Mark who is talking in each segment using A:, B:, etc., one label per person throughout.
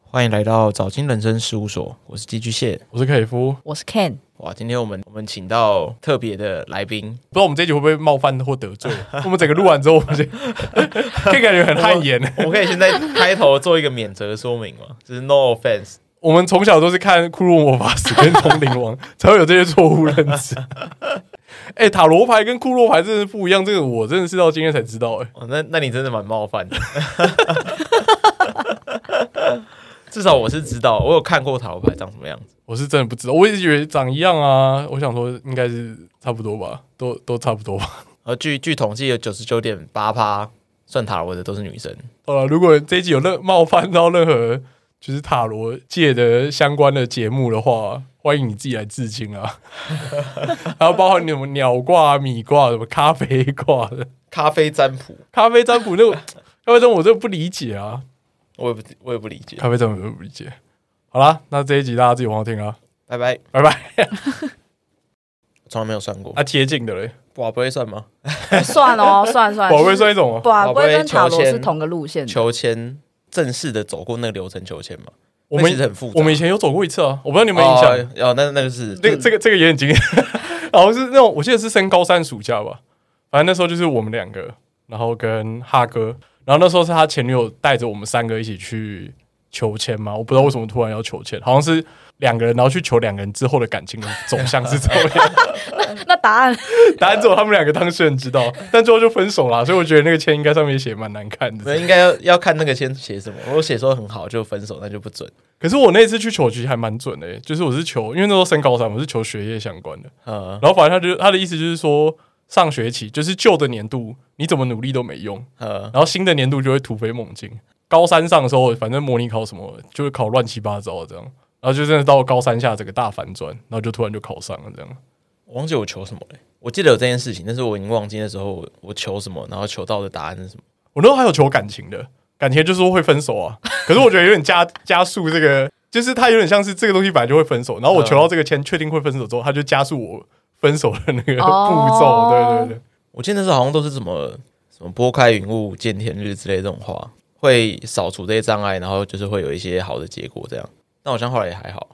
A: 欢迎来到早金人生事务所，我是寄居蟹，
B: 我是凯夫，
C: 我是 Ken。
A: 哇，今天我们请到特别的来宾，
B: 不知道我们这一集会不会冒犯或得罪？我们整个录完之后，我们可以感觉很汗颜。
A: 我们可以先在开头做一个免责说明吗？就是 no offense。
B: 我们从小都是看《库洛魔法使》跟《通灵王》，才会有这些错误认知。塔罗牌跟库洛牌真的是不一样，这个我真的是到今天才知道。
A: 那你真的蛮冒犯的。至少我是知道，我有看过塔罗牌长什么样子。
B: 我是真的不知道，我一直以为长一样啊。我想说应该是差不多吧，都差不多吧。
A: 据统计，有99.8%算塔罗的都是女生。
B: 好了，如果这一集有冒犯到任何就是塔罗界的相关的节目的话，欢迎你自己来自清啊。还有包括你什么鸟卦、米卦、什么咖啡卦的
A: 咖啡占卜
B: 那个咖啡占卜我真的不理解啊。
A: 我也不理解，
B: 咖啡占卜我不理解。好啦，那这一集大家自己往后听啊，
A: 拜拜
B: 拜拜。
A: 从来没有算过。
B: 贴近的嘞，
A: 卜不会算吗？
C: 算哦，算。
B: 卜会算一种吗？
C: 卜会跟塔罗是同个路线的。
A: 求签正式的走过那个流程求签吗？
B: 我们
A: 其实很复杂。
B: 我们以前有走过一次啊，我不知道你有没有印象。
A: 那个是
B: 这个也很惊艳。然后是那种我记得是升高三暑假吧，反正那时候就是我们两个，然后跟哈哥。然后那时候是他前女友带着我们三个一起去求签嘛，我不知道为什么突然要求签，好像是两个人，然后去求两个人之后的感情的走向是怎么样。
C: 那答案
B: 只有他们两个当事人知道，但最后就分手了，所以我觉得那个签应该上面写蛮难看的。
A: 应该要看那个签写什么，如果写说很好就分手，那就不准。
B: 可是我那次去求其实还蛮准的，就是我是求，因为那时候升高三，我是求学业相关的。然后反正他的意思就是说，上学期就是旧的年度你怎么努力都没用，然后新的年度就会突飞猛进。高三上的时候，反正模拟考什么就会考乱七八糟的这样，然后就真的到高三下整个大反转，然后就突然就考上了这样。
A: 我忘记我求什么了，我记得有这件事情，但是我已经忘记那时候我求什么，然后求到的答案是什么。
B: 我那时候还有求感情的，感情就是说会分手啊，可是我觉得有点加速这个，就是它有点像是这个东西本来就会分手，然后我求到这个签确定会分手之后，它就加速我分手的那个步骤。对，
A: 我记得那时候好像都是什么拨开云雾见天日之类的这种话，会扫除这些障碍，然后就是会有一些好的结果这样。但好像后来也还好。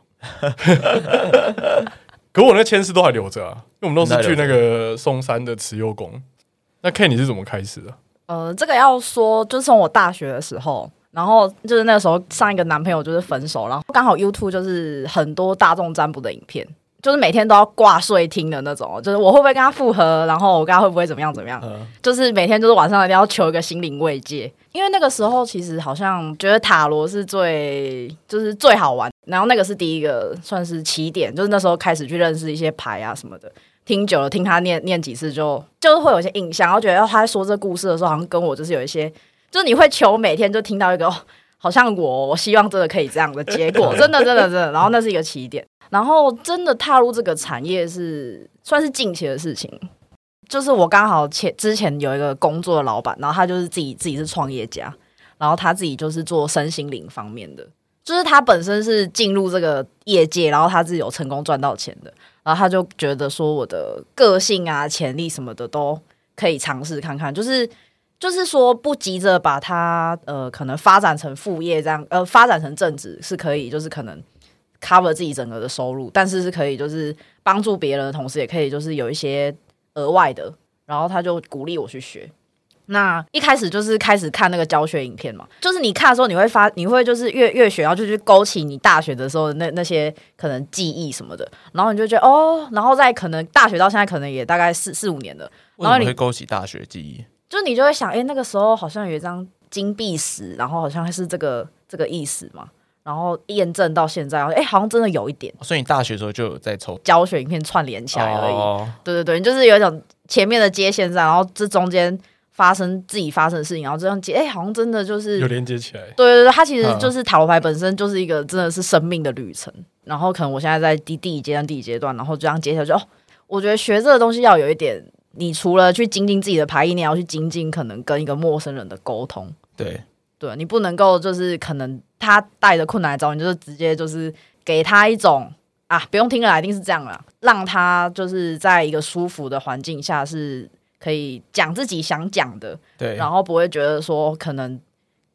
B: 可我那签诗都还留着啊，因为我们都是去那个松山的慈幼宫。那 Ken 你是怎么开始的？
C: 这个要说就是从我大学的时候，然后就是那个时候上一个男朋友就是分手，然后刚好 YouTube 就是很多大众占卜的影片，就是每天都要挂睡听的那种，就是我会不会跟他复合，然后我跟他会不会怎么样，就是每天就是晚上一定要求一个心灵慰藉。因为那个时候其实好像觉得塔罗是最好玩，然后那个是第一个算是起点，就是那时候开始去认识一些牌啊什么的，听久了听他念几次就是会有一些印象，然后觉得他在说这故事的时候好像跟我就是有一些，就是你会求每天就听到一个好像我希望真的可以这样的结果，真的，然后那是一个起点。然后真的踏入这个产业是算是近期的事情，就是我刚好之前有一个工作的老板，然后他就是自己是创业家，然后他自己就是做身心灵方面的，就是他本身是进入这个业界，然后他自己有成功赚到钱的，然后他就觉得说我的个性啊、潜力什么的都可以尝试看看，就是说不急着把它可能发展成副业这样，发展成正职是可以，就是可能cover 自己整个的收入，但是可以就是帮助别人的同时，也可以就是有一些额外的。然后他就鼓励我去学。那一开始就是开始看那个教学影片嘛，就是你看的时候你会就是越学，然后就去勾起你大学的时候的那些可能记忆什么的，然后你就觉得然后再可能大学到现在可能也大概4-5年了，
A: 为什么会勾起大学记忆？
C: 就你就会想，那个时候好像有一张金币石，然后好像是这个意思嘛。然后验证到现在，好像真的有一点。
A: 所以你大学的时候就有在抽
C: 教学影片串联起来而已。对，你就是有一种前面的接线上，然后这中间自己发生的事情，然后这样接，好像真的就是
B: 有连接起来。
C: 对，它其实就是塔罗牌本身就是一个真的是生命的旅程。然后可能我现在在第一阶段，然后这样接下来就我觉得学这个东西要有一点，你除了去精进自己的牌意，你也要去精进可能跟一个陌生人的沟通。对，你不能够就是可能他带着困难来找你，就是直接就是给他一种不用听了，一定是这样啦，让他就是在一个舒服的环境下是可以讲自己想讲的，
A: 对，
C: 然后不会觉得说可能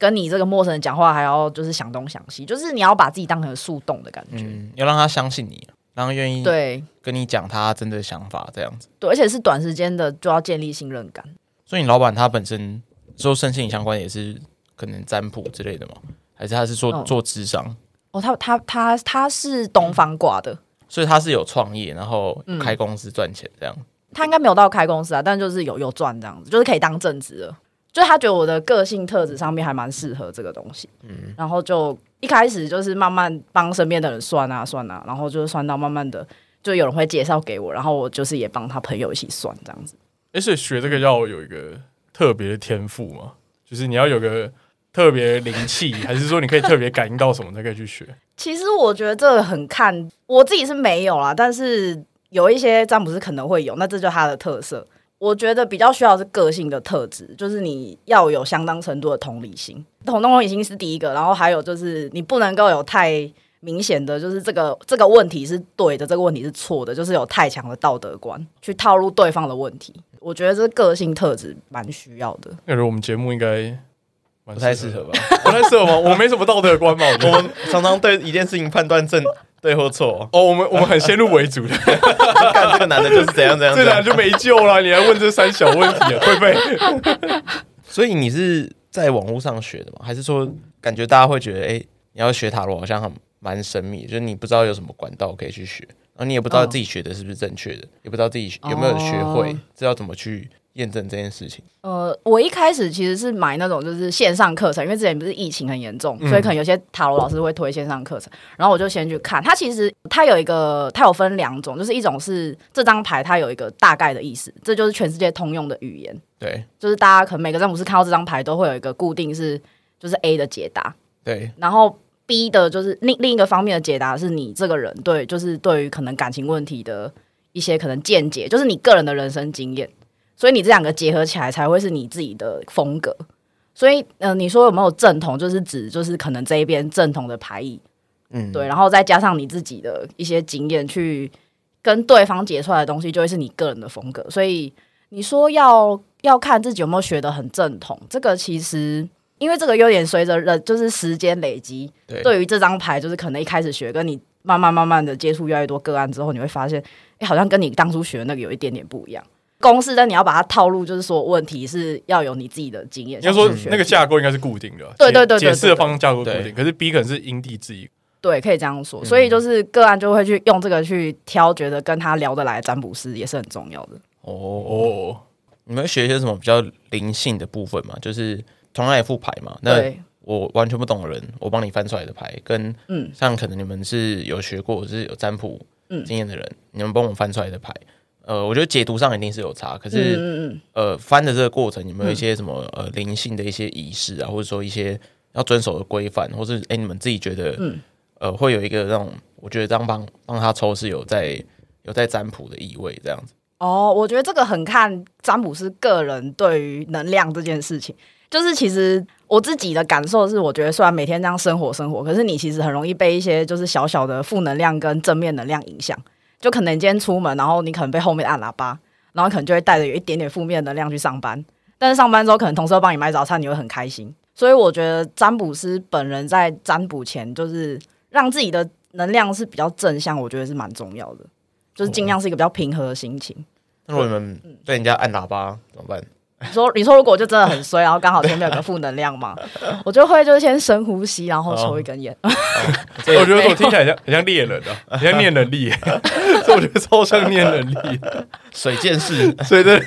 C: 跟你这个陌生人讲话还要就是想东想西，就是你要把自己当成树洞的感觉，
A: 要让他相信你，让他愿意
C: 对
A: 跟你讲他真的想法这样子。
C: 对，而且是短时间的就要建立信任感。
A: 所以你老板他本身做身心灵相关也是可能占卜之类的吗？还是他是做智商？
C: 他是东方挂的，
A: 所以他是有创业，然后开公司赚钱这样。
C: 他应该没有到开公司啊，但就是有赚这样子，就是可以当正职了。就他觉得我的个性特质上面还蛮适合这个东西，然后就一开始就是慢慢帮身边的人算啊，然后就是算到慢慢的就有人会介绍给我，然后我就是也帮他朋友一起算这样子。
B: 所以学这个要有一个特别的天赋吗？就是你要有个特别灵气，还是说你可以特别感应到什么才可以去学？
C: 其实我觉得这个很看我自己是没有啦，但是有一些占卜师可能会有，那这就是他的特色。我觉得比较需要是个性的特质，就是你要有相当程度的同理心。同理心是第一个，然后还有就是你不能够有太明显的，就是这个问题是对的，这个问题是错的，就是有太强的道德观去套入对方的问题。我觉得这个性特质蛮需要的。
B: 感觉我们节目应该
A: 不太适合吧？
B: 不太适合吗？我没什么道德观嘛，
A: 我们常常对一件事情判断正对或错。
B: 我们很先入为主的，
A: 干这个男的就是怎样，
B: 这男的就没救了。你还问这三小问题，会被。
A: 所以你是在网络上学的吗？还是说感觉大家会觉得，你要学塔罗好像蛮神秘，就是你不知道有什么管道可以去学，然后你也不知道自己学的是不是正确的，也不知道自己有没有学会，知道怎么去验证这件事情。
C: 我一开始其实是买那种就是线上课程，因为之前不是疫情很严重，所以可能有些塔罗老师会推线上课程，然后我就先去看。它其实它有分两种，就是一种是这张牌它有一个大概的意思，这就是全世界通用的语言。
A: 对，
C: 就是大家可能每个占卜师看到这张牌都会有一个固定是就是 A 的解答，
A: 对，
C: 然后 B 的就是另一个方面的解答是你这个人就是对于可能感情问题的一些可能见解，就是你个人的人生经验。所以你这两个结合起来才会是你自己的风格。所以你说有没有正统，就是指就是可能这一边正统的牌意，对，然后再加上你自己的一些经验去跟对方解出来的东西，就会是你个人的风格。所以你说要看自己有没有学得很正统，这个其实因为这个有点随着就是时间累积，对于这张牌就是可能一开始学，跟你慢慢的接触越来越多个案之后，你会发现，好像跟你当初学的那个有一点点不一样。公式，但你要把它套路，就是说问题是要有你自己的经验。
B: 要说那个架构应该是固定的，
C: 对，
B: 解释的方向架构固定，可是 B 可能是因地制宜。
C: 对，可以这样说。所以就是个案就会去用这个去挑，觉得跟他聊得来的占卜师也是很重要的。
A: 你们会学一些什么比较灵性的部分吗？就是同样一副牌嘛，那我完全不懂的人，我帮你翻出来的牌，跟像可能你们是有学过，或是有占卜经验的人，你们帮我翻出来的牌。我觉得解读上一定是有差，可是翻的这个过程有没有一些什么灵性的一些仪式啊，或者说一些要遵守的规范，或是你们自己觉得会有一个那种，我觉得这样帮他抽是有在占卜的意味这样子。
C: 我觉得这个很看占卜师个人对于能量这件事情。就是其实我自己的感受是，我觉得虽然每天这样生活，可是你其实很容易被一些就是小小的负能量跟正面能量影响。就可能你今天出门，然后你可能被后面按喇叭，然后可能就会带着有一点点负面能量去上班，但是上班之后可能同事会帮你买早餐，你会很开心。所以我觉得占卜师本人在占卜前，就是让自己的能量是比较正向，我觉得是蛮重要的，就是尽量是一个比较平和的心情。
A: 那如果你们被人家按喇叭怎么办？
C: 你说如果就真的很衰，然后刚好前面有个负能量嘛，我就会就是先深呼吸，然后抽一根烟。
B: 我觉得我听起来很像猎人的，很像念能力，所以我觉得超像念能力。
A: 水剑士，
B: 水的。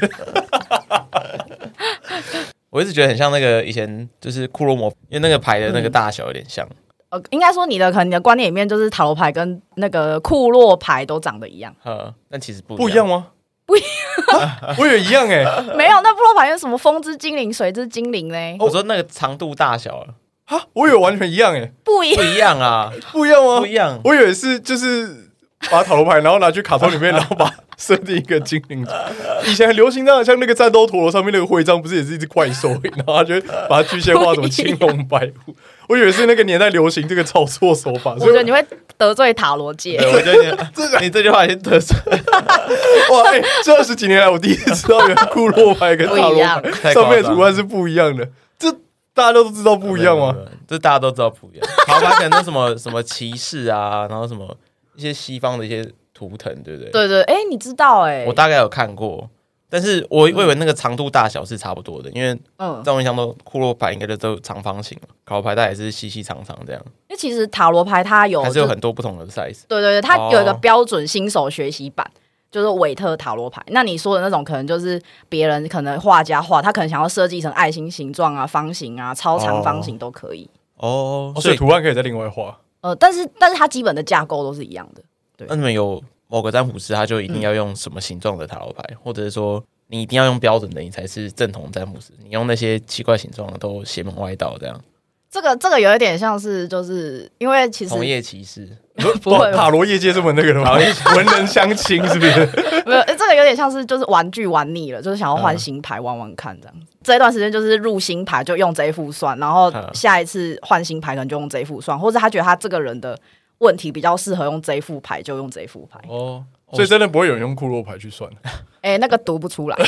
A: 我一直觉得很像那个以前就是库洛魔，因为那个牌的那个大小有点像。
C: 应该说你的观念里面就是塔罗牌跟那个库洛牌都长得一样。
A: 但其实
B: 不一样吗？
C: 不一样，
B: 我以为一样
C: 没有，那部落牌有什么风之精灵、水之精灵嘞？
A: 我说那个长度大小
B: 我以为完全一样
C: 不一样
A: 啊，
B: 不一样吗？
A: 不一样，
B: 我以为是就是把塔罗牌然后拿去卡通里面，然后把设定一个精灵。以前很流行那像那个战斗陀螺上面那个徽章，不是也是一只怪兽，然后他就会把它具象化什么青龙白虎。我以为是那个年代流行这个炒作手法，所以
C: 我觉得你会得罪塔罗界。
A: 我觉得你这句话已经得罪。
B: 哇，这20几年来我第一次知道原来库洛牌跟塔罗牌上面的图案是不一样的。 大家都知道不一样吗？
A: 这大家都知道不一样。塔罗牌可能什么骑士啊，然后什么一些西方的一些图腾，对不对？
C: 对对，你知道
A: 我大概有看过。但是我以为那个长度大小是差不多的，因为在我印象中库洛牌应该都长方形了，塔罗牌它也是细细长长这样。
C: 因为其实塔罗牌它还是有
A: 很多不同的 size。
C: 对对对，它有一个标准新手学习版，就是韦特塔罗牌。那你说的那种可能就是别人可能画家画，他可能想要设计成爱心形状啊、方形啊、超长方形都可以。
B: 所以图案可以再另外画。
C: 但是它基本的架构都是一样的。对，
A: 那你们有某个占卜师他就一定要用什么形状的塔罗牌，或者是说你一定要用标准的，你才是正统占卜师？你用那些奇怪形状的都邪门歪道这样。
C: 这个有一点像是，就是因为其实
A: 同业歧视，
B: 不会塔罗业界这么那个的吗？文人相亲是不是？
C: 没有，这个有点像是就是玩具玩腻了，就是想要换新牌玩玩看这样。这一段时间就是入新牌就用这一副算，然后下一次换新牌可能就用这一副算，或者他觉得他这个人的问题比较适合用这一副牌，就用这一副牌。
B: 所以真的不会有人用库洛牌去算。
C: 那个读不出来。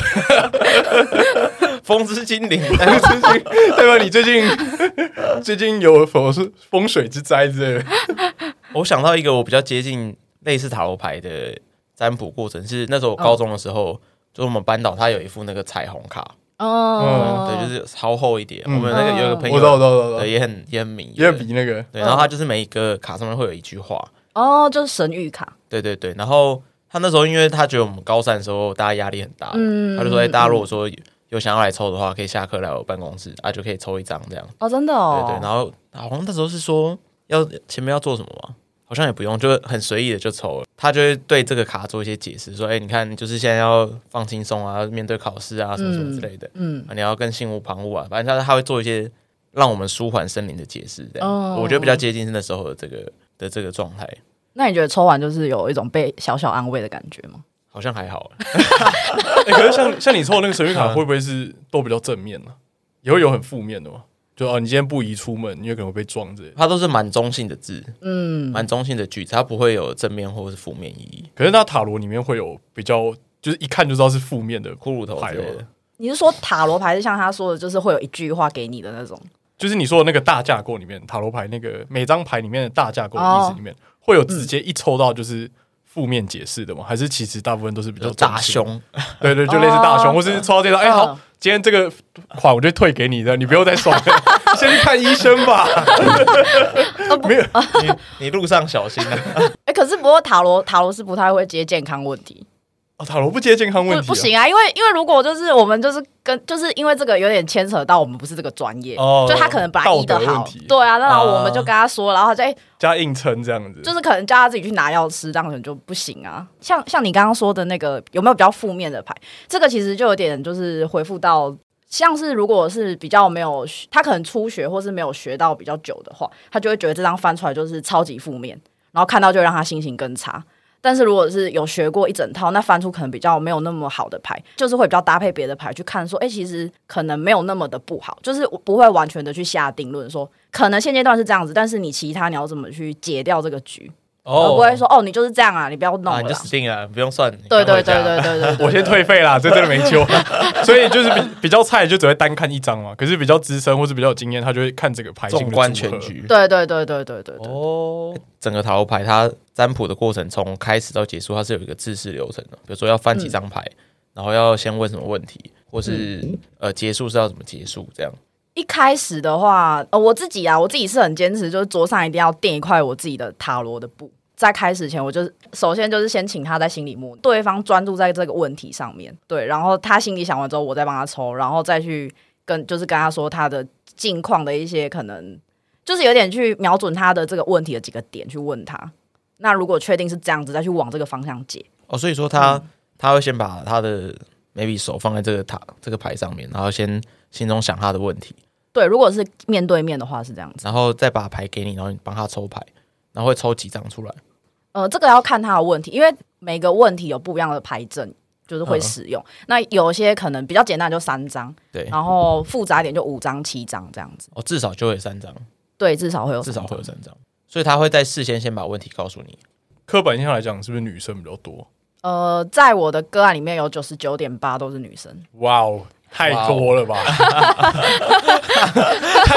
A: 风之精灵，
B: 对吧？你最近有什么是风水之灾之类的？
A: 我想到一个我比较接近类似塔罗牌的占卜过程，是那时候我高中的时候，就是我们班导他有一副那个彩虹卡。对，就是超厚一点。我们那个有一个朋友，
B: 我知道，
A: 对，也很迷，
B: 也很迷那个。
A: 对，然后他就是每一个卡上面会有一句话。
C: 就是神谕卡。
A: 对对对，然后他那时候因为他觉得我们高三的时候大家压力很大，他就说：“大家如果说有想要来抽的话，可以下课来我办公室，就可以抽一张这样。”
C: 真的哦。
A: 对对，然后好像那时候是说前面要做什么嘛，好像也不用，就很随意的就抽了。他就会对这个卡做一些解释，说：“你看，就是现在要放轻松啊，面对考试啊，什么什么之类的。你要更心无旁骛啊，反正他会做一些让我们舒缓心灵的解释。这样，我觉得比较接近是那时候的这个状态。那
C: 你觉得抽完就是有一种被小小安慰的感觉吗？
A: 好像还好。
B: 可是像你抽的那个神谕卡，会不会是都比较正面呢？也会有很负面的吗？就你今天不宜出门，因为可能会被撞之类的。
A: 它都是蛮中性的字，蛮中性的句子，它不会有正面或是负面意义。
B: 可是它塔罗里面会有比较，就是一看就知道是负面的
A: 骷髅头之类的。
C: 你是说塔罗牌是像他说的，就是会有一句话给你的那种？
B: 就是你说的那个大架构里面，塔罗牌那个每张牌里面的大架构的意思里面，会有直接一抽到就是负面解释的吗？还是其实大部分都是比较
A: 大凶？
B: 对对，就类似大凶，或是抽到这张，好，今天这个款我就退给你的，你不用再爽了，先去看医生吧。
A: 没有，你路上小心啊。
C: 可是不过塔罗是不太会接健康问题。
B: 塔罗不接健康问题，
C: 不行啊！因为如果就是我们就是因为这个有点牵扯到我们不是这个专业，就他可能本来医的好，对啊，然后我们就跟他说，然后他就
B: 加硬撑这样子，
C: 就是可能叫他自己去拿药吃，这样可能就不行啊。像你刚刚说的那个有没有比较负面的牌？这个其实就有点就是回复到，像是如果是比较没有他可能初学或是没有学到比较久的话，他就会觉得这张翻出来就是超级负面，然后看到就让他心情更差。但是如果是有学过一整套，那翻出可能比较没有那么好的牌，就是会比较搭配别的牌去看说，其实可能没有那么的不好，就是不会完全的去下定论说可能现阶段是这样子，但是你其他你要怎么去解掉这个局，而不会说你就是这样啊，你不要弄了，
A: 你就死定了，不用算。
C: 对，
B: 我先退费啦，这真的没救。所以就是比较菜就只会单看一张嘛，可是比较资深或是比较有经验，他就会看整个牌型的
A: 纵观全局。
C: 对。
A: 整个塔罗牌它占卜的过程从开始到结束，它是有一个制式流程的，比如说要翻几张牌，然后要先问什么问题，或是结束是要怎么结束这样。
C: 一开始的话，我自己是很坚持，就是桌上一定要垫一块我自己的塔罗的布。在开始前，我就首先就是先请他在心里默，对方专注在这个问题上面，对，然后他心里想完之后，我再帮他抽，然后再去跟他说他的近况的一些可能。就是有点去瞄准他的这个问题的几个点去问他，那如果确定是这样子，再去往这个方向解。
A: 所以说他会先把他的 maybe 手放在这个牌上面，然后先心中想他的问题。
C: 对，如果是面对面的话是这样子，
A: 然后再把牌给你，然后你帮他抽牌，然后会抽几张出来。
C: 这个要看他的问题，因为每个问题有不一样的牌阵，就是会使用。那有些可能比较简单就3张，
A: 对，
C: 然后复杂一点就5张、7张这样子。
A: 至少就会有3张。
C: 对，至少会有3
A: 张，所以他会在事先把问题告诉你。
B: 刻板印象来讲，是不是女生比较多？
C: 在我的个案里面有99.8%都是女生。
B: 哇哦，太多了吧！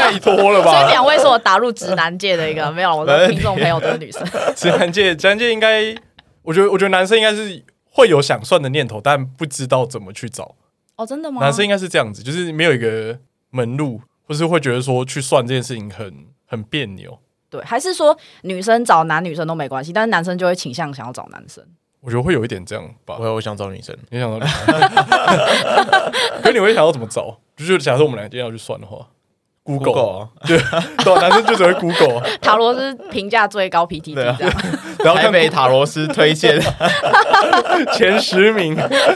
B: 拜托了吧？
C: 所以2位是我打入直男界的一个没有，我的听众朋友都是女生。
B: 直男界应该，我觉得男生应该是会有想算的念头，但不知道怎么去找。
C: 哦，真的吗？
B: 男生应该是这样子，就是没有一个门路，或是会觉得说去算这件事情很别扭。
C: 对，还是说女生找男女生都没关系，但是男生就会倾向想要找男生？
B: 我觉得会有一点这样吧。
A: 我想找女生，
B: 你想找女生，可是你会想要怎么找？就是假设我们俩今天要去算的话 ，Google 啊，对，男生就只会 Google。
C: 塔罗是评价最高 PTT 这样，
A: 然后看被塔罗斯推荐
B: 前10名。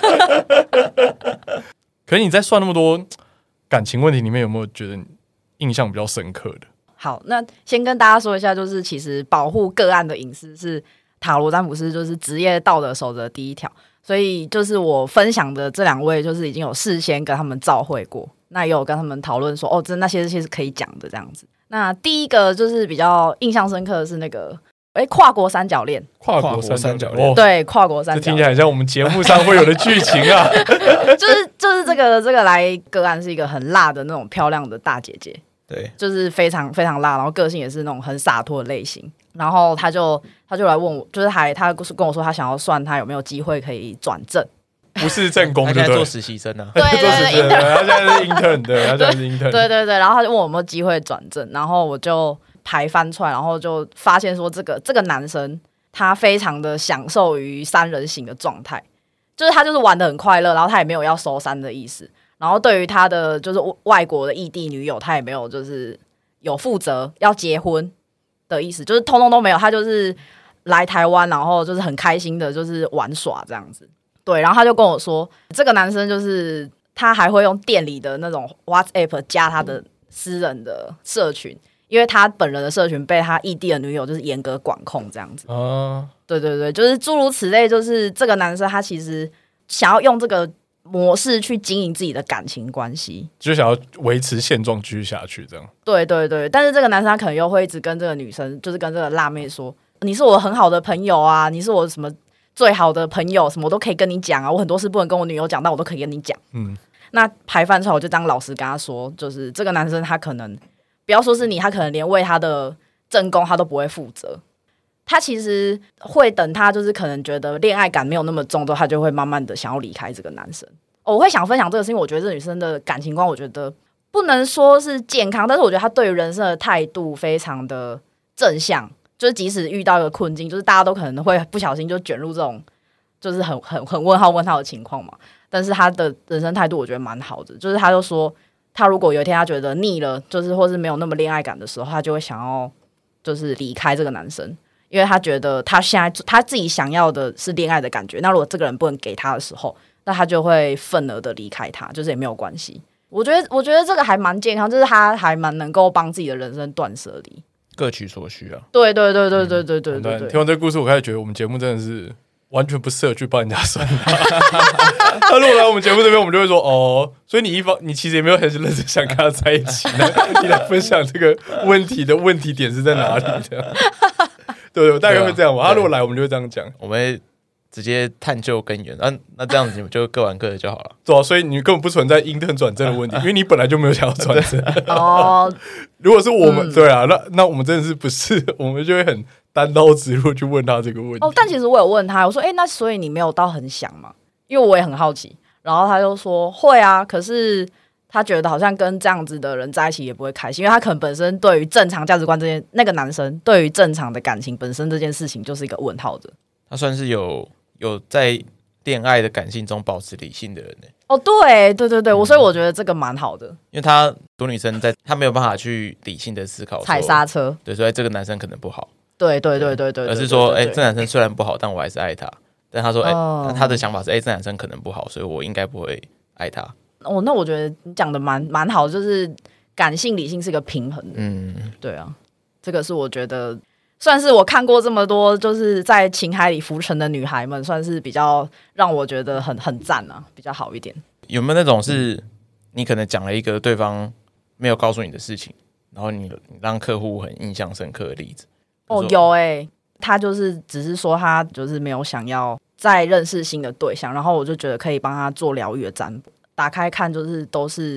B: 可是你在算那么多感情问题里面，有没有觉得印象比较深刻的？
C: 好，那先跟大家说一下，就是其实保护个案的隐私是塔罗占卜师就是职业道德守则第1条，所以就是我分享的这2位就是已经有事先跟他们照会过，那也有跟他们讨论说哦，那些是可以讲的这样子。那第一个就是比较印象深刻的是那个跨国三角恋，
B: 跨国三角恋，
C: 对，跨国三角恋，
B: 这听起来很像我们节目上会有的剧情啊。
C: 就是这个来个案是一个很辣的那种漂亮的大姐姐。
A: 对，
C: 就是非常非常辣，然后个性也是那种很洒脱的类型。然后他就来问我，就是他跟我说他想要算他有没有机会可以转正，
B: 不是正宫，
A: 他现在做实习生啊，
C: 对，
B: 做实习生，他现在是 intern 的，他现在是 intern，
C: 对，然后他就问我有没有机会转正，然后我就牌翻出来，然后就发现说这个男生他非常的享受于3人行的状态，就是他就是玩得很快乐，然后他也没有要收山的意思。然后对于他的就是外国的异地女友，他也没有就是有负责要结婚的意思，就是通通都没有，他就是来台湾，然后就是很开心的，就是玩耍这样子。对，然后他就跟我说，这个男生就是他还会用店里的那种 WhatsApp 加他的私人的社群，因为他本人的社群被他异地的女友就是严格管控这样子。对，就是诸如此类，就是这个男生他其实想要用这个模式去经营自己的感情关系，
B: 就想要维持现状继续下去这样。
C: 对，但是这个男生他可能又会一直跟这个女生，就是跟这个辣妹说，你是我很好的朋友啊，你是我什么最好的朋友，什么我都可以跟你讲啊，我很多事不能跟我女友讲，但我都可以跟你讲。那牌翻出来我就当老实跟他说，就是这个男生他可能不要说是你，他可能连为他的正宫他都不会负责。他其实会等他就是可能觉得恋爱感没有那么重之后，他就会慢慢的想要离开这个男生。我会想分享这个是因为我觉得这女生的感情观我觉得不能说是健康，但是我觉得她对于人生的态度非常的正向，就是即使遇到一个困境，就是大家都可能会不小心就卷入这种就是很问号的情况嘛，但是她的人生态度我觉得蛮好的，就是她就说她如果有一天她觉得腻了，就是或是没有那么恋爱感的时候，她就会想要就是离开这个男生，因为他觉得他现在他自己想要的是恋爱的感觉，那如果这个人不能给他的时候，那他就会愤而的离开他，就是也没有关系。我觉得这个还蛮健康，就是他还蛮能够帮自己的人生断舍离，
A: 各取所需啊。
C: 对。听
B: 完这个故事，我开始觉得我们节目真的是完全不适合去帮人家算。他如果来我们节目这边，我们就会说哦，所以你其实也没有很认真想跟他在一起，你来分享这个问题的问题点是在哪里的。对，大概会这样吧。他如果来，我们就会这样讲，
A: 我们会直接探究根源。那这样子你们就各玩各的就好了。
B: 对啊，所以你根本不存在intern转正的问题，因为你本来就没有想要转正。
C: 哦，
B: 如果是我们，对啊，那我们真的是不是，我们就会很单刀直入去问他这个问题。
C: 哦，但其实我有问他，我说，那所以你没有到很想吗？因为我也很好奇。然后他就说会啊，可是他觉得好像跟这样子的人在一起也不会开心，因为他可能本身对于正常价值观那个男生对于正常的感情本身这件事情就是一个问号的。
A: 他算是有在恋爱的感性中保持理性的人呢。
C: 哦，对，所以我觉得这个蛮好的，
A: 因为他多女生她没有办法去理性的思考
C: 踩刹车，
A: 对，所以这个男生可能不好。
C: 对，
A: 而是说，这男生虽然不好，但我还是爱他。但他说，他的想法是，这男生可能不好，所以我应该不会爱他。
C: 哦，那我觉得你讲的蛮好，就是感性理性是个平衡的。对啊，这个是我觉得算是我看过这么多就是在情海里浮沉的女孩们，算是比较让我觉得很赞啊，比较好一点。
A: 有没有那种是你可能讲了一个对方没有告诉你的事情，然后你让客户很印象深刻的例子？
C: 哦，有他就是只是说他就是没有想要再认识新的对象，然后我就觉得可以帮他做疗愈的占卜，打开看就是都是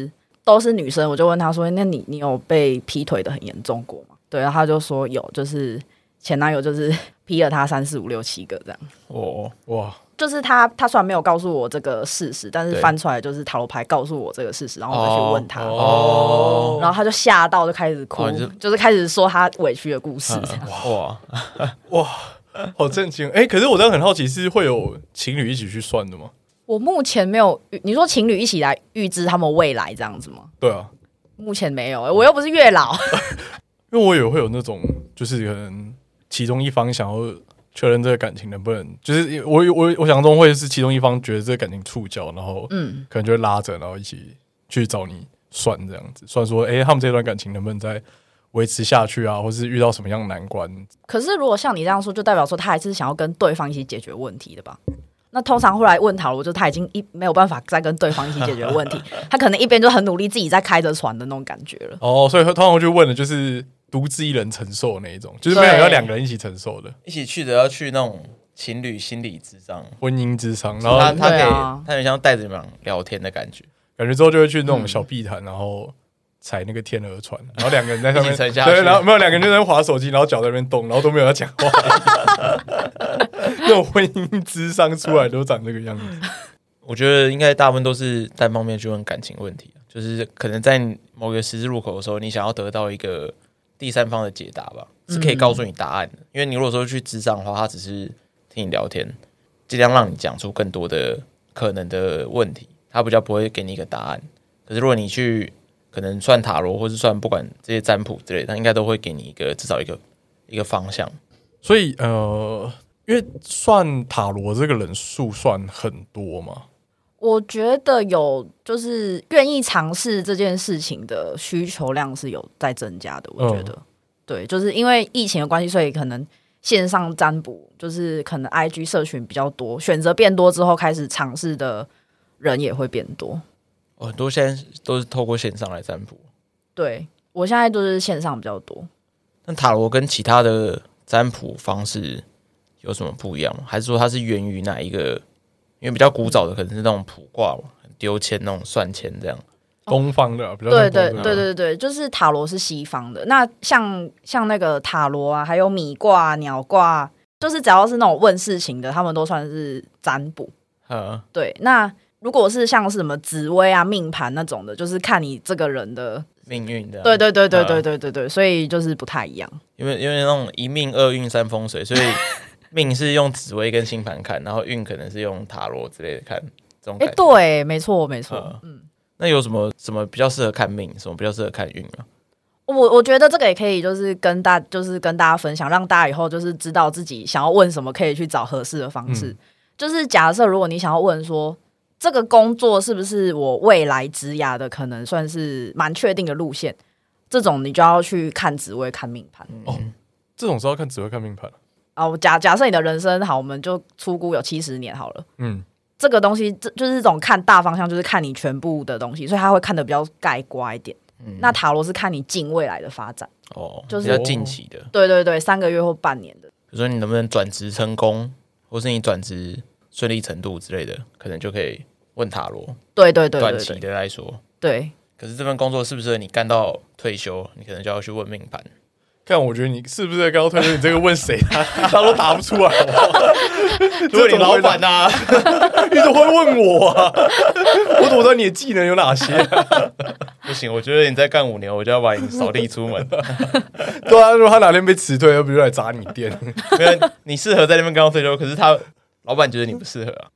C: 都是女生，我就问他说：“那你有被劈腿的很严重过吗？”对，然后他就说有，就是前男友就是劈了他3、4、5、6、7个这样。
B: 哦哇！
C: 就是他虽然没有告诉我这个事实，但是翻出来就是塔罗牌告诉我这个事实，然后我就去问他，然后他就吓到就开始哭，就是开始说他委屈的故事。
B: 哇，好震惊！可是我真的很好奇，是会有情侣一起去算的吗？
C: 我目前没有，你说情侣一起来预知他们未来这样子吗？
B: 对啊，
C: 目前没有，我又不是月老。
B: 因为我以为会有那种，就是可能其中一方想要确认这个感情能不能，就是我想中会是其中一方觉得这个感情触礁，然后可能就会拉着，然后一起去找你算这样子，算说他们这段感情能不能再维持下去啊，或是遇到什么样的难关。
C: 可是如果像你这样说，就代表说他还是想要跟对方一起解决问题的吧？那通常后来问塔罗，就他已经没有办法再跟对方一起解决问题，他可能一边就很努力自己在开着船的那种感觉了。
B: 所以通常就问的就是独自一人承受的那一种，就是没有要2个人一起承受的，
A: 一起去的要去那种情侣心理咨商、
B: 婚姻咨商，然后
A: 他很像带着你们聊天的感觉，
B: 之后就会去那种小碧潭，然后踩那个天鹅船，然后2个人在上面
A: 沉下去，
B: 对，然后没有2个人就在滑手机，然后脚在那边动，然后都没有要讲话。那种婚姻咨商出来都长这个样子。
A: 我觉得应该大部分都是单方面去问感情问题，就是可能在某个十字路口的时候，你想要得到一个第三方的解答吧，是可以告诉你答案的。因为你如果说去咨商的话，他只是听你聊天，尽量让你讲出更多的可能的问题，他比较不会给你一个答案。可是如果你去可能算塔罗，或是算不管这些占卜之类的，他应该都会给你至少一个方向。
B: 所以因为算塔罗这个人数算很多嘛，
C: 我觉得有就是愿意尝试这件事情的需求量是有在增加的。我觉得对，就是因为疫情的关系，所以可能线上占卜就是可能 IG 社群比较多，选择变多之后，开始尝试的人也会变多。
A: 很多现在都是透过线上来占卜。对，
C: 我现在都是线上比较多。
A: 那塔罗跟其他的占卜方式有什么不一样吗？还是说它是源于哪一个？因为比较古早的可能是那种卜卦嘛，丢签那种算签这样。
B: 东方的比较
C: 对，就是塔罗是西方的。那像那个塔罗啊，还有米卦、鸟卦，就是只要是那种问事情的，他们都算是占卜。对，那如果是像是什么紫微啊、命盘那种的，就是看你这个人的
A: 命运的。
C: 对，所以就是不太一样。
A: 因为那种一命二运三风水，所以命是用紫微跟星盘看，然后运可能是用塔罗之类的看。这种感觉
C: 对，没错。
A: 那有什么比较适合看命，什么比较适合看运啊？
C: 我觉得这个也可以，就是跟大家分享，让大家以后就是知道自己想要问什么，可以去找合适的方式。就是假设如果你想要问说这个工作是不是我未来职涯的可能算是蛮确定的路线，这种你就要去看紫微看命盘。
B: 这种是要看紫微看命盘
C: 啊。假设你的人生好，我们就粗估有70年好了。这个东西就是这种看大方向，就是看你全部的东西，所以他会看得比较概括一点。那塔罗是看你近未来的发展，就是
A: 比较近期的。
C: 对，3个月或半年的。
A: 比如说你能不能转职成功，或是你转职顺利程度之类的，可能就可以问塔罗。
C: 对，
A: 短期的来说，
C: 对。
A: 可是这份工作是不是你干到退休，你可能就要去问命盘。
B: 看，我觉得你是不是在刚刚推荐你这个问谁他都答不出来。
A: 如果你老板啊，
B: 你怎么会问我啊？我怎么知道你的技能有哪些？
A: 不行，我觉得你再干5年，我就要把你扫地出门。
B: 对啊，如果他哪天被辞退，又不就来砸你店？
A: 没有，你适合在那边干到退休，可是他老板觉得你不适合啊。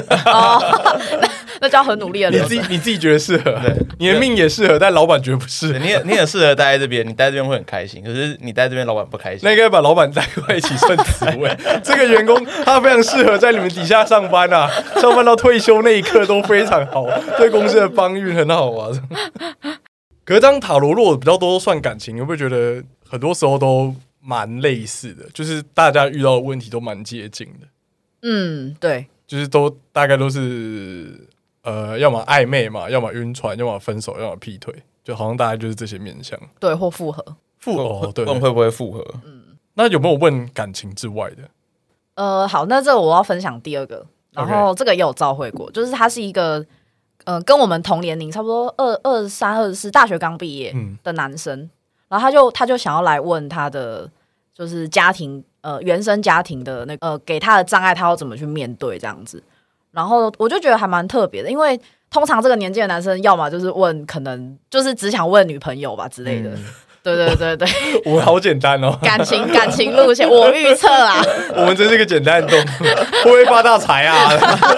C: 那就要很努力的留着。
B: 你自己觉得适合，你的命也适合，但老板觉得不适合。
A: 你也适合待在这边，你待在这边会很开心。可是你待在这边，老板不开心。
B: 那应该把老板带过来一起算职位。这个员工他非常适合在你们底下上班啊，上班到退休那一刻都非常好，对公司的帮运很好啊。可是当塔罗如果比较多算感情，你会不会觉得很多时候都蛮类似的？就是大家遇到的问题都蛮接近的。
C: 对，
B: 就是都大概都是。要么暧昧嘛，要么晕船，要么分手，要么劈腿，就好像大概就是这些面向。
C: 对，或复合。
B: 对，
A: 问会不会复合？
B: 那有没有问感情之外的？
C: 好，那这个我要分享第二个，然后这个也有召会过，就是它是一个跟我们同年龄差不多23、24，大学刚毕业的男生，然后他就想要来问他的就是家庭原生家庭的那个给他的障碍，他要怎么去面对这样子。然后我就觉得还蛮特别的，因为通常这个年纪的男生，要么就是问，可能就是只想问女朋友吧之类的。对，
B: 我好简单哦，
C: 感情路线，我预测啊，
B: 我们真是个简单的动物，会不会发大财啊？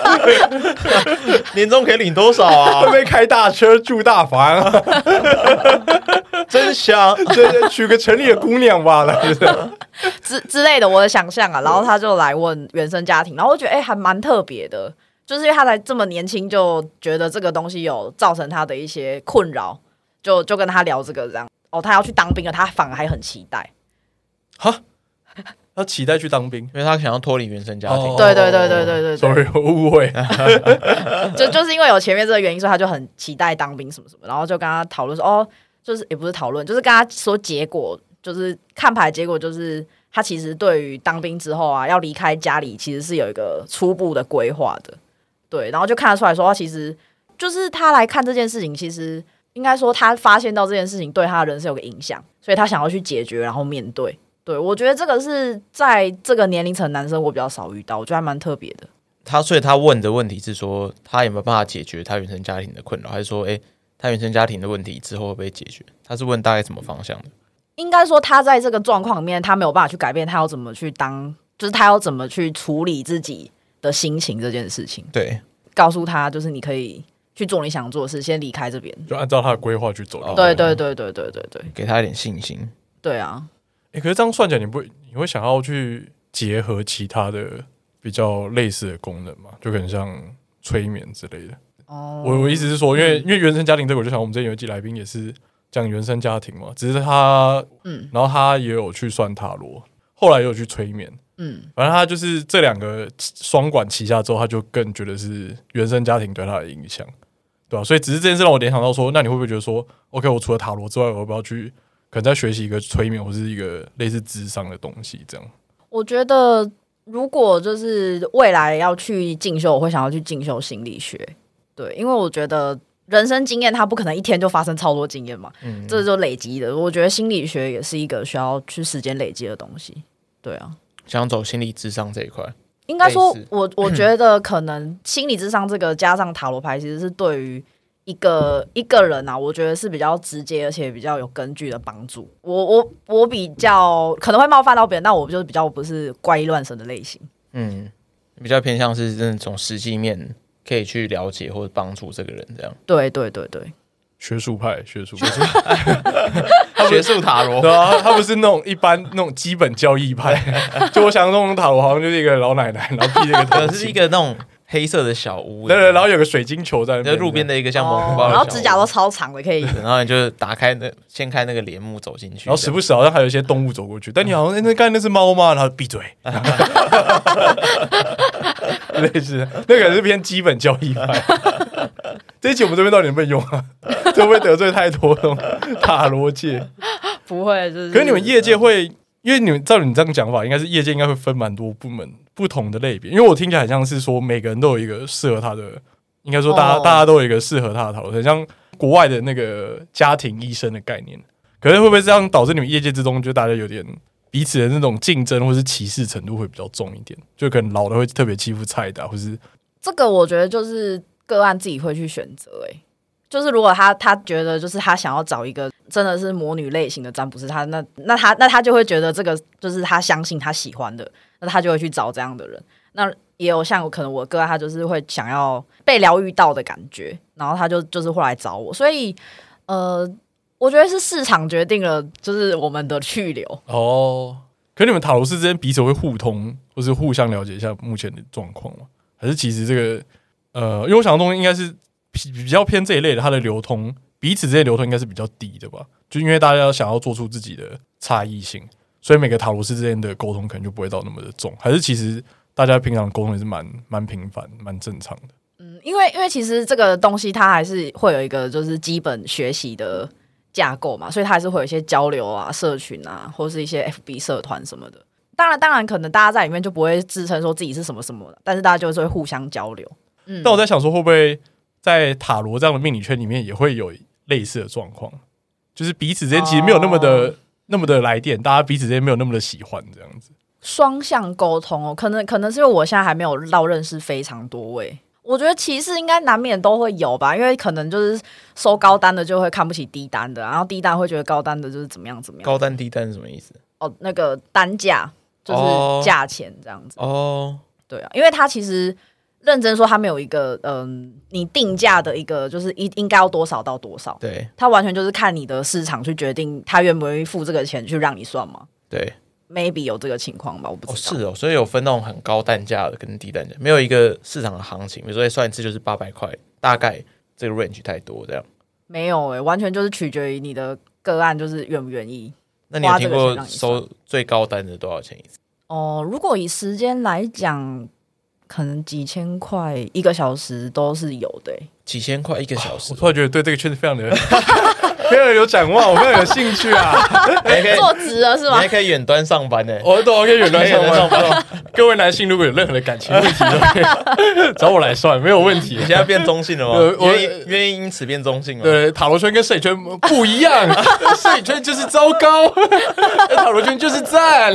A: 年终可以领多少啊？
B: 会不会开大车住大房啊？
A: 真香，
B: 娶个城里的姑娘吧，
C: 之类的，我的想象啊。然后他就来问原生家庭，然后我觉得还蛮特别的，就是因为他才这么年轻就觉得这个东西有造成他的一些困扰，就跟他聊这个这样。他要去当兵了，他反而还很期待。
B: 哈，他期待去当兵，
A: 因为他想要脱离原生家庭。
C: 对
B: ，sorry， 我误会。
C: 就是因为有前面这个原因，所以他就很期待当兵什么什么，然后就跟他讨论说，就是也不是讨论，就是跟他说结果，就是看牌结果，就是他其实对于当兵之后啊，要离开家里，其实是有一个初步的规划的。对，然后就看得出来说，其实就是他来看这件事情，其实。应该说，他发现到这件事情对他的人生有个影响，所以他想要去解决，然后面对。对，我觉得这个是在这个年龄层的男生我比较少遇到，我觉得还蛮特别的。
A: 所以他问的问题是说，他有没有办法解决他原生家庭的困扰，还是说，他原生家庭的问题之后会不会解决？他是问大概什么方向的？
C: 应该说，他在这个状况里面，他没有办法去改变，他要怎么去就是他要怎么去处理自己的心情这件事情。
A: 对，
C: 告诉他，就是你可以。去做你想做的事，先离开这边，
B: 就按照他的规划去走。
C: 对，
A: 给他一点信心。
C: 对啊，
B: 可是这样算起来，你会想要去结合其他的比较类似的功能嘛？就可能像催眠之类的。我意思是说，因为原生家庭这个，我就想我们之前有一集来宾也是讲原生家庭嘛，只是他然后他也有去算塔罗，后来也有去催眠。反正他就是这两个双管齐下之后，他就更觉得是原生家庭对他的影响，对吧？所以只是这件事让我联想到说，那你会不会觉得说 ，OK， 我除了塔罗之外，我要不要去可能再学习一个催眠或是一个类似諮商的东西？这样，
C: 我觉得如果就是未来要去进修，我会想要去进修心理学，对，因为我觉得人生经验它不可能一天就发生超多经验嘛，这就累积的。我觉得心理学也是一个需要去时间累积的东西，对啊。
A: 想走心理諮商这一块，
C: 应该说我觉得可能心理諮商这个加上塔罗牌，其实是对于一个人啊，我觉得是比较直接而且比较有根据的帮助。我比较可能会冒犯到别人，但我就是比较不是怪力乱神的类型，
A: 比较偏向是那种实际面可以去了解或者帮助这个人这样。
C: 对。
B: 学术派，学术
A: 塔罗，
B: 对啊，他不是那种一般那种基本教义派。就我想象中塔罗好像就是一个老奶奶，然后披着一个头巾，
A: 是一个那种黑色的小屋，
B: 对，然后有个水晶球在那边，
A: 路边的一个像蒙古包，
C: 然后指甲都超长的，可以。
A: 然后你就掀开那个帘幕走进去，
B: 然后时不时好像还有一些动物走过去，但你好像那刚才那是猫吗？然后闭嘴，类似那个是偏基本教义派。这一集我们这边到底能不能用啊？这会不会得罪太多那种塔罗界？
C: 不会，就是。
B: 可是你们业界会，因为你们照你这样讲法，应该是业界应该会分蛮多部门不同的类别。因为我听起来很像是说每个人都有一个适合他的，应该说大家都有一个适合他的塔罗，很像国外的那个家庭医生的概念。可是会不会这样导致你们业界之中就大家有点彼此的那种竞争或是歧视程度会比较重一点？就可能老的会特别欺负菜的，或是这
C: 个我觉得就是个案自己会去选择。就是如果他觉得就是他想要找一个真的是魔女类型的占卜师，那他就会觉得这个就是他相信他喜欢的，那他就会去找这样的人。那也有像可能我个案他就是会想要被疗愈到的感觉，然后他就是会来找我。所以我觉得是市场决定了就是我们的去留。
B: 可你们塔罗师之间彼此会互通或是互相了解一下目前的状况吗？还是其实这个因为我想的东西应该是比较偏这一类的，它的流通彼此之间的流通应该是比较低的吧？就因为大家想要做出自己的差异性，所以每个塔罗师之间的沟通可能就不会到那么的重。还是其实大家平常沟通也是蛮频繁、蛮正常的。
C: 因为其实这个东西它还是会有一个就是基本学习的架构嘛，所以它还是会有一些交流啊、社群啊，或是一些 FB 社团什么的。当然，可能大家在里面就不会自称说自己是什么什么的，但是大家就是会互相交流。
B: 但我在想说，会不会在塔罗这样的命理圈里面也会有类似的状况，就是彼此之间其实没有那么的来电，大家彼此之间没有那么的喜欢这样子。
C: 双向沟通哦，可能是因为我现在还没有到认识非常多位。我觉得歧视应该难免都会有吧，因为可能就是收高单的就会看不起低单的，然后低单会觉得高单的就是怎么样怎么样。
A: 高单低单是什么意思？
C: 哦，那个单价就是价钱这样子。哦，对啊，因为他其实认真说，他没有一个你定价的一个就是应该要多少到多少。
A: 对，
C: 他完全就是看你的市场去决定他愿不愿意付这个钱去让你算嘛。
A: 对。
C: maybe 有这个情况吧，我不知道。
A: 是哦，所以有分那种很高单价的跟低单价，没有一个市场的行情。比如说算一次就是800块，大概这个 range 太多这样。
C: 没有完全就是取决于你的个案，就是愿不愿意。
A: 那你有听过收最高单的多少钱一次？
C: 哦，如果以时间来讲，可能几千块1个小时都是有的。
A: 几千块1个小时，
B: 我突然觉得对这个圈子非常的非常有展望，我非常有兴趣啊！
C: 做直了是吗？
A: 你还可以远端上班呢。
B: 我可以远端上班。各位男性如果有任何的感情问题，都可以找我来算，没有问题。
A: 你现在变中性了吗？我愿意因此变中性了。
B: 对，塔罗圈跟摄影圈不一样，摄影圈就是糟糕，塔罗圈就是赞。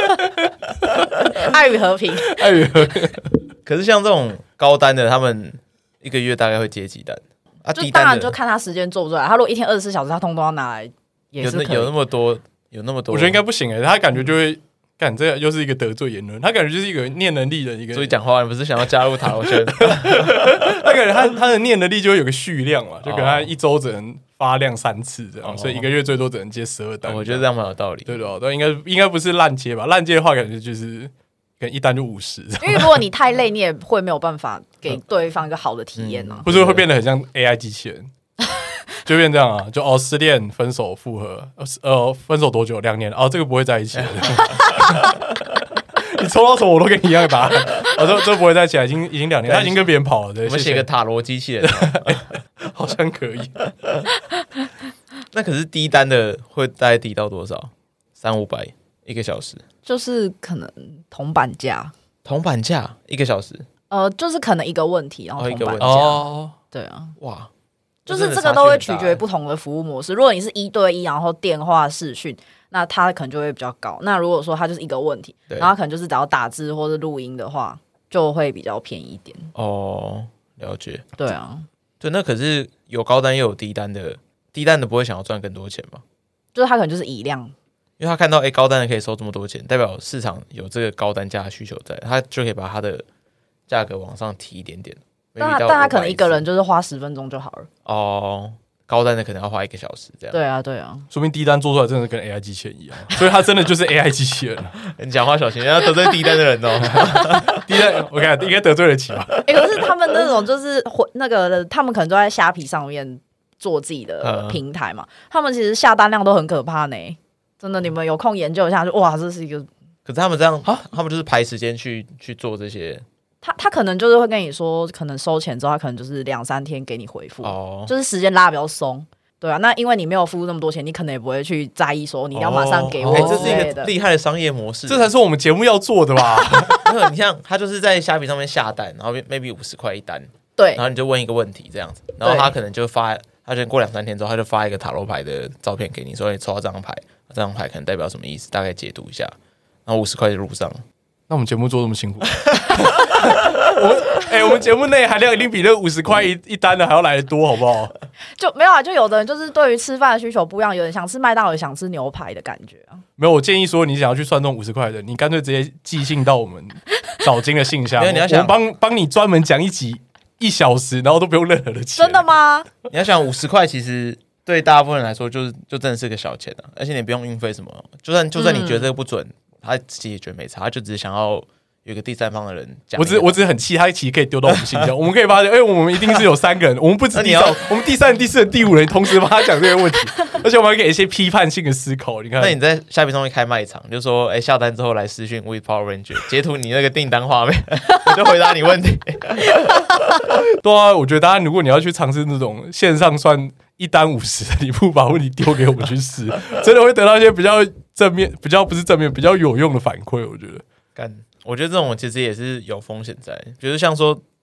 C: 爱与和平，
B: 爱与和平。
A: 可是像这种高单的，他们1个月大概会接几单？
C: 就当然就看他时间做不出来，他如果一天24小时，他通通要拿来也是可以。
A: 有那么多，我
B: 觉得应该不行他感觉就会干这又是一个得罪言论，他感觉就是一个念能力的一个。
A: 所以讲话，你不是想要加入塔罗圈？
B: 他感觉他的念能力就会有个续量嘛，就可能他1周只能发量3次这样，所以1个月最多只能接12单。
A: 我觉得这样蛮有道理。
B: 对的，但应该不是烂接吧？烂接的话，感觉就是可能1单就50。
C: 因为如果你太累，你也会没有办法给对方一个好的体验
B: 不是会变得很像 AI 机器人，就变这样啊？就失恋、分手、复合，分手多久？2年这个不会在一起了。你抽到什么我都跟你一样的答案。这不会在一起，已经2年，他已经跟别人跑了。对，
A: 我们写个塔罗机器人，
B: 好像可以。
A: 那可是低单的会大概低到多少？300-5001个小时，
C: 就是可能铜板价
A: 1个小时。
C: 就是可能一个问题，然后铜板价。对啊，
A: 哇，
C: 就是这个都会取决于不同的服务模式。如果你是1对1，然后电话视讯，那它可能就会比较高。那如果说它就是一个问题，然后可能就是只要打字或者录音的话，就会比较便宜一点。
A: 哦，了解。
C: 对啊，
A: 对，那可是有高单又有低单的，低单的不会想要赚更多钱吗？
C: 就是他可能就是以量，
A: 因为他看到高单的可以收这么多钱，代表市场有这个高单价的需求在，他就可以把他的价格往上提一点点。
C: 但他可能一个人就是花10分钟就好了。
A: 哦，高单的可能要花1个小时这样。
C: 对啊，
B: 说明低单做出来真的跟 AI 机器人一样，所以他真的就是 AI 机器人。
A: 你讲话小心，要得罪低单的人哦。
B: 低单我看应该得罪得起吧。
C: 可是他们那种就是那个，他们可能都在虾皮上面做自己的平台嘛，他们其实下单量都很可怕呢。真的，你们有空研究一下，就哇，这是一个。
A: 可是他们这样他们就是排时间去做这些。
C: 他可能就是会跟你说，可能收钱之后，他可能就是2-3天给你回复，就是时间拉比较松。对啊，那因为你没有付那么多钱，你可能也不会去在意说你要马上给我之类的。
A: 这是一个厉害的商业模式，
B: 这才是我们节目要做的吧？
A: 你像他就是在虾皮上面下单，然后 maybe 50块一单，
C: 对，
A: 然后你就问一个问题这样子，然后他可能就他可能过2-3天之后，他就发一个塔罗牌的照片给你，说你抽到这张牌，这张牌可能代表什么意思，大概解读一下，然后50块就入账。
B: 那我们节目做这么辛苦，我们节目内含量一定比那50块一单的还要来得多，好不好？
C: 就没有啊，就有的人就是对于吃饭的需求不一样，有人想吃麦当劳，想吃牛排的感觉啊。
B: 没有，我建议说，你想要去算这种50块的，你干脆直接寄信到我们早金的信箱，
A: 你要想
B: 我们帮你专门讲一集1小时，然后都不用任何的钱。
C: 真的吗？
A: 你要想50块，其实对大部分人来说就真的是个小钱啊，而且你不用运费什么，就算你觉得这个不准。他自己也觉得没差，他就只是想要有一个第三方的人讲。
B: 我只是很气，他其实可以丢到我们信箱，我们可以发现，我们一定是有3个人，我们不止我们第3人、第4人、第5人同时帮他讲这个问题，而且我们还给一些批判性的思考。你看，
A: 那你在虾皮上面开卖场，就说下单之后来私讯 with Power Ranger， 截图你那个订单画面，我就回答你问题。
B: 对啊，我觉得大家如果你要去尝试那种线上算1单50的，你不把问题丢给我们去试，真的会得到一些比较正面、比较不是正面、比较有用的反馈。我觉得，
A: 我觉得这种其实也是有风险在，比如像说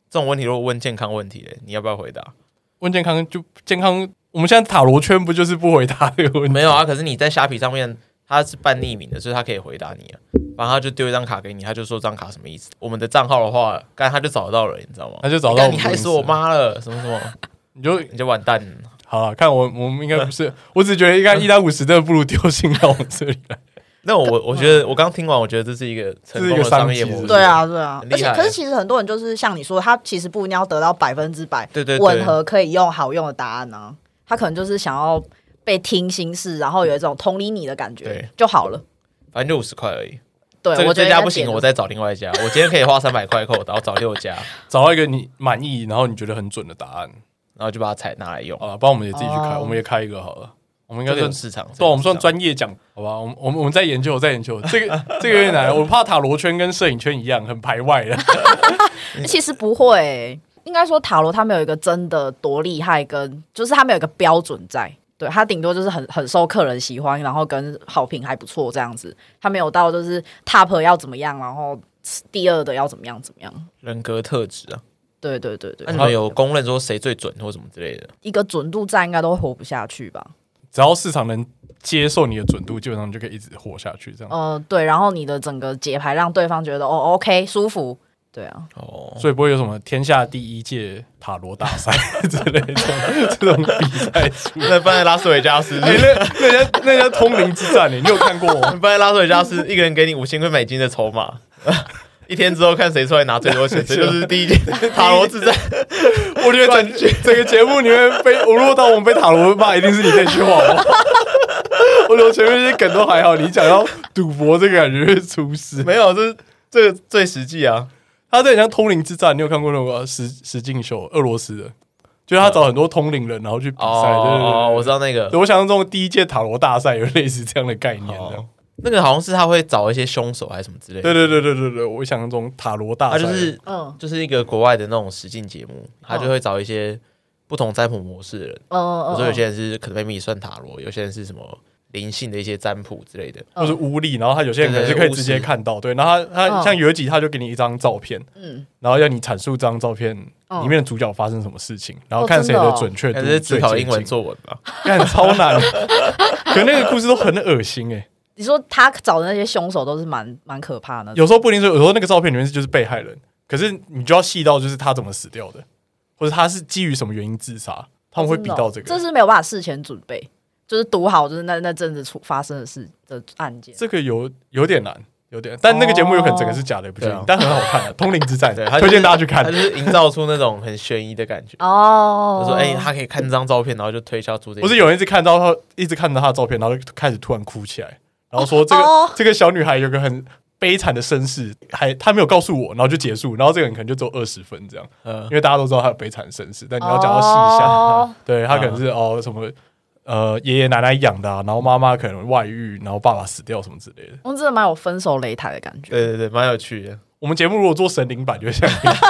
A: 这种问题如果问健康问题嘞，你要不要回答？
B: 问健康就健康，我们现在塔罗圈不就是不回答这个问题？
A: 没有啊，可是你在虾皮上面，他是半匿名的，所以他可以回答你啊。然后他就丢一张卡给你，他就说这张卡什么意思？我们的账号的话，刚才他就找得到人，你知道吗？
B: 他就找到
A: 你害死我妈了，什么什么，你就完蛋了。
B: 好了，看我们应该不是，我只觉得应该1单50真的不如丢信到我们这里来。
A: 那我觉得我刚听完，我觉得这是一个成功的商业模式。
C: 对啊，而且可是其实很多人就是像你说，他其实不一定要得到100%吻合可以用好用的答案啊，他可能就是想要被听心事，然后有一种同理你的感觉就好了。
A: 反正就50块而已。
C: 对，
A: 我觉得这家不行，我再找另外一家。我今天可以花300块扣，然后找6家，
B: 找到一个你满意，然后你觉得很准的答案，
A: 然后就把它拿来用。
B: 啊，不然我们也自己去开，我们也开一个好了。我们应该算
A: 市场，
B: 对，我们算专业讲，好吧？我们在研究，这个有点难。我怕塔罗圈跟摄影圈一样，很排外的。
C: 其实不会，应该说塔罗它没有一个真的多厉害，跟就是它没有一个标准在。对，它顶多就是很受客人喜欢，然后跟好评还不错这样子。它没有到就是 top 要怎么样，然后第2的要怎么样。
A: 人格特质啊。
C: 对。
A: 那你们有公认说谁最准或什么之类的？
C: 一个准度在，应该都会活不下去吧？
B: 只要市场能接受你的准度，基本上就可以一直活下去。这样，
C: 对，然后你的整个节牌让对方觉得OK 舒服，对啊，
B: 所以不会有什么天下第1届塔罗大赛之类的这种比赛。
A: 那办在拉斯维加斯，
B: 那叫通灵之战，你有看过吗？
A: 办在拉斯维加斯，一个人给你5000块美金的筹码。1天之后看谁出来拿最多钱，这就是第1届塔罗之战。
B: 我觉得整个节目里面我如果到我们被塔罗骂，一定是你这句话。我觉得前面这些梗都还好，你讲到赌博这个感觉会出事。
A: 没有，这个最实际啊。
B: 他这很像通灵之战，你有看过那个实境秀，俄罗斯的，就是他找很多通灵人，然后去比赛。
A: 我知道那个。
B: 我想象中第1届塔罗大赛有类似这样的概念。
A: 那个好像是他会找一些凶手还是什么之类的。
B: 对，我想象中塔罗大赛
A: 就是一个国外的那种实境节目，他就会找一些不同占卜模式的人。我说有些人是可能maybe算塔罗，有些人是什么灵性的一些占卜之类的，
B: 或是巫力，然后他有些人可能就可以直接看到。对，然后他像有几他就给你一张照片，然后要你阐述这张照片里面的主角发生什么事情，然后看谁的准确度最接近。
A: 是只考英文作文吧？
B: 看超难，可那个故事都很恶心欸。
C: 你说他找的那些凶手都是蛮可怕的，
B: 有时候不一定说，有时候那个照片里面就是被害人，可是你就要细到就是他怎么死掉的，或者他是基于什么原因自杀，他们会比到这个。
C: 这是没有办法事前准备，就是读好就是那阵子发生的事的案件。
B: 这个有点难，但那个节目有可能整个是假的，也不确定，但很好看的《通灵之战》，推荐大家去看。
A: 他就是营造出那种很悬疑的感觉。就说他可以看这张照片，然后就推销出这。
B: 不是有人一直看着他的照片，然后就开始突然哭起来。然后说这个小女孩有个很悲惨的身世，她没有告诉我，然后就结束。然后这个人可能就只有20分这样，因为大家都知道她有悲惨的身世，但你要讲到细一下，对她可能是什么爷爷奶奶养的，然后妈妈可能外遇，然后爸爸死掉什么之类的。
C: 真的蛮有分手擂台的感觉。
A: 对，蛮有趣的。
B: 我们节目如果做神灵版，就会像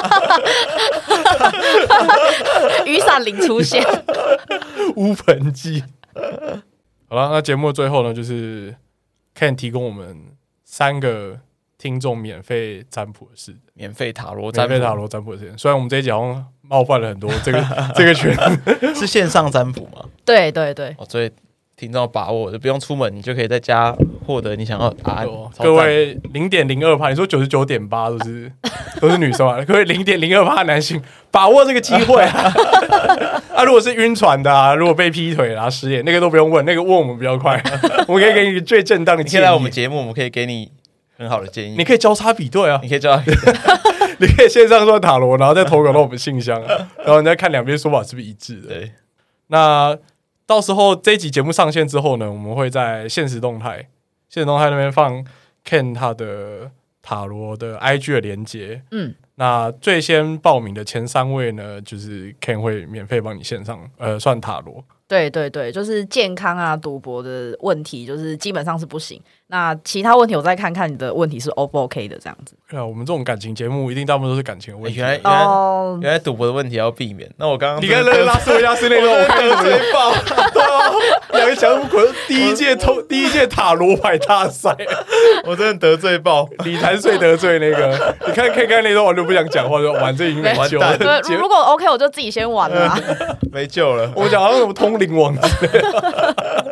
C: 雨伞灵出现，
B: 乌盆记。好了，那节目的最后呢，就是Ken 提供我们3个听众免费占卜的事，
A: 免费塔罗
B: 占卜的事。虽然我们这一集好像冒犯了很多这个圈，
A: 是线上占卜吗？
C: 对。
A: 所以听众把握，就不用出门，你就可以在家获得你想要的答案。
B: 各位0.02%，你说99.8%都是女生啊？各位0.02%男性，把握这个机会啊！如果是晕船的啊，如果被劈腿啊、失恋，那个都不用问，那个问我们比较快，我们可以给你最正当的建议。
A: 你可以来我们节目，我们可以给你很好的建议。
B: 你可以交叉比对啊，
A: 你可
B: 以线上算塔罗，然后再投稿到我们信箱，然后你再看两边说法是不是一致的。
A: 对，
B: 那到时候这一集节目上线之后呢，我们会在现实动态那边放 Ken 他的塔罗的 IG 的连结。那最先报名的前3位呢，就是 Ken 会免费帮你线上算塔罗。
C: 对，就是健康啊、赌博的问题，就是基本上是不行。那其他问题我再看看你的问题是 O 不 OK 的这样子。
B: 对啊，我们这种感情节目一定大部分都是感情的问题。
A: 原来赌博的问题要避免。那我刚刚
B: 你跟拉斯维加斯那个，我看嘴爆， 两个强不滚，第一届塔罗牌大赛，
A: 我真的得罪爆，
B: 理财税得罪那个，你看那段我就不想讲话，就玩这已经没救了。
C: 如果 OK， 我就自己先玩了，
A: 没救了。
B: 我讲好像什么通灵王之类的。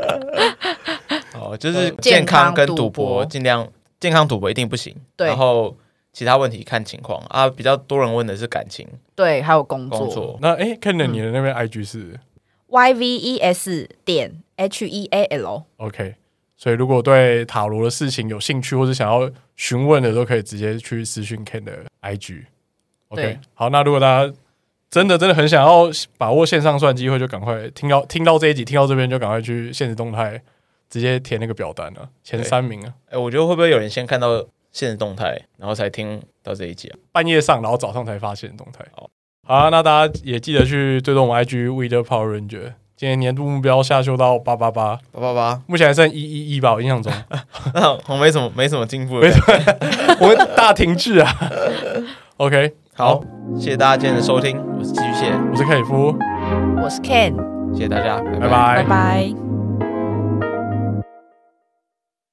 A: 就是健康跟赌博，尽量健康赌博一定不行。然后其他问题看情况啊，比较多人问的是感情，
C: 对，还有工作。
B: 那看着你的那边 IG 是
C: YVES.HEAL。OK，
B: 所以如果对塔罗的事情有兴趣或者想要询问的，都可以直接去私讯 Ken 的 IG。OK， 好，那如果大家真的很想要把握线上算机会，就赶快听到这一集，听到这边就赶快去限时动态直接填那个表单啊，前3名啊。
A: 我觉得会不会有人先看到限时动态，然后才听到这一集啊？
B: 半夜上，然后早上才发现动态。好，那大家也记得去追踪我们 IG We The Power Ranger。今年年度目标下修到888，目前还剩111吧，我印象中。
A: 那我没什么进步，
B: 我们大停滞啊。OK，
A: 好，谢谢大家今天的收听，我是寄居蟹，
B: 我是凯夫，
C: 我是 Ken，
A: 谢谢大家，
B: 拜拜。
C: 拜拜。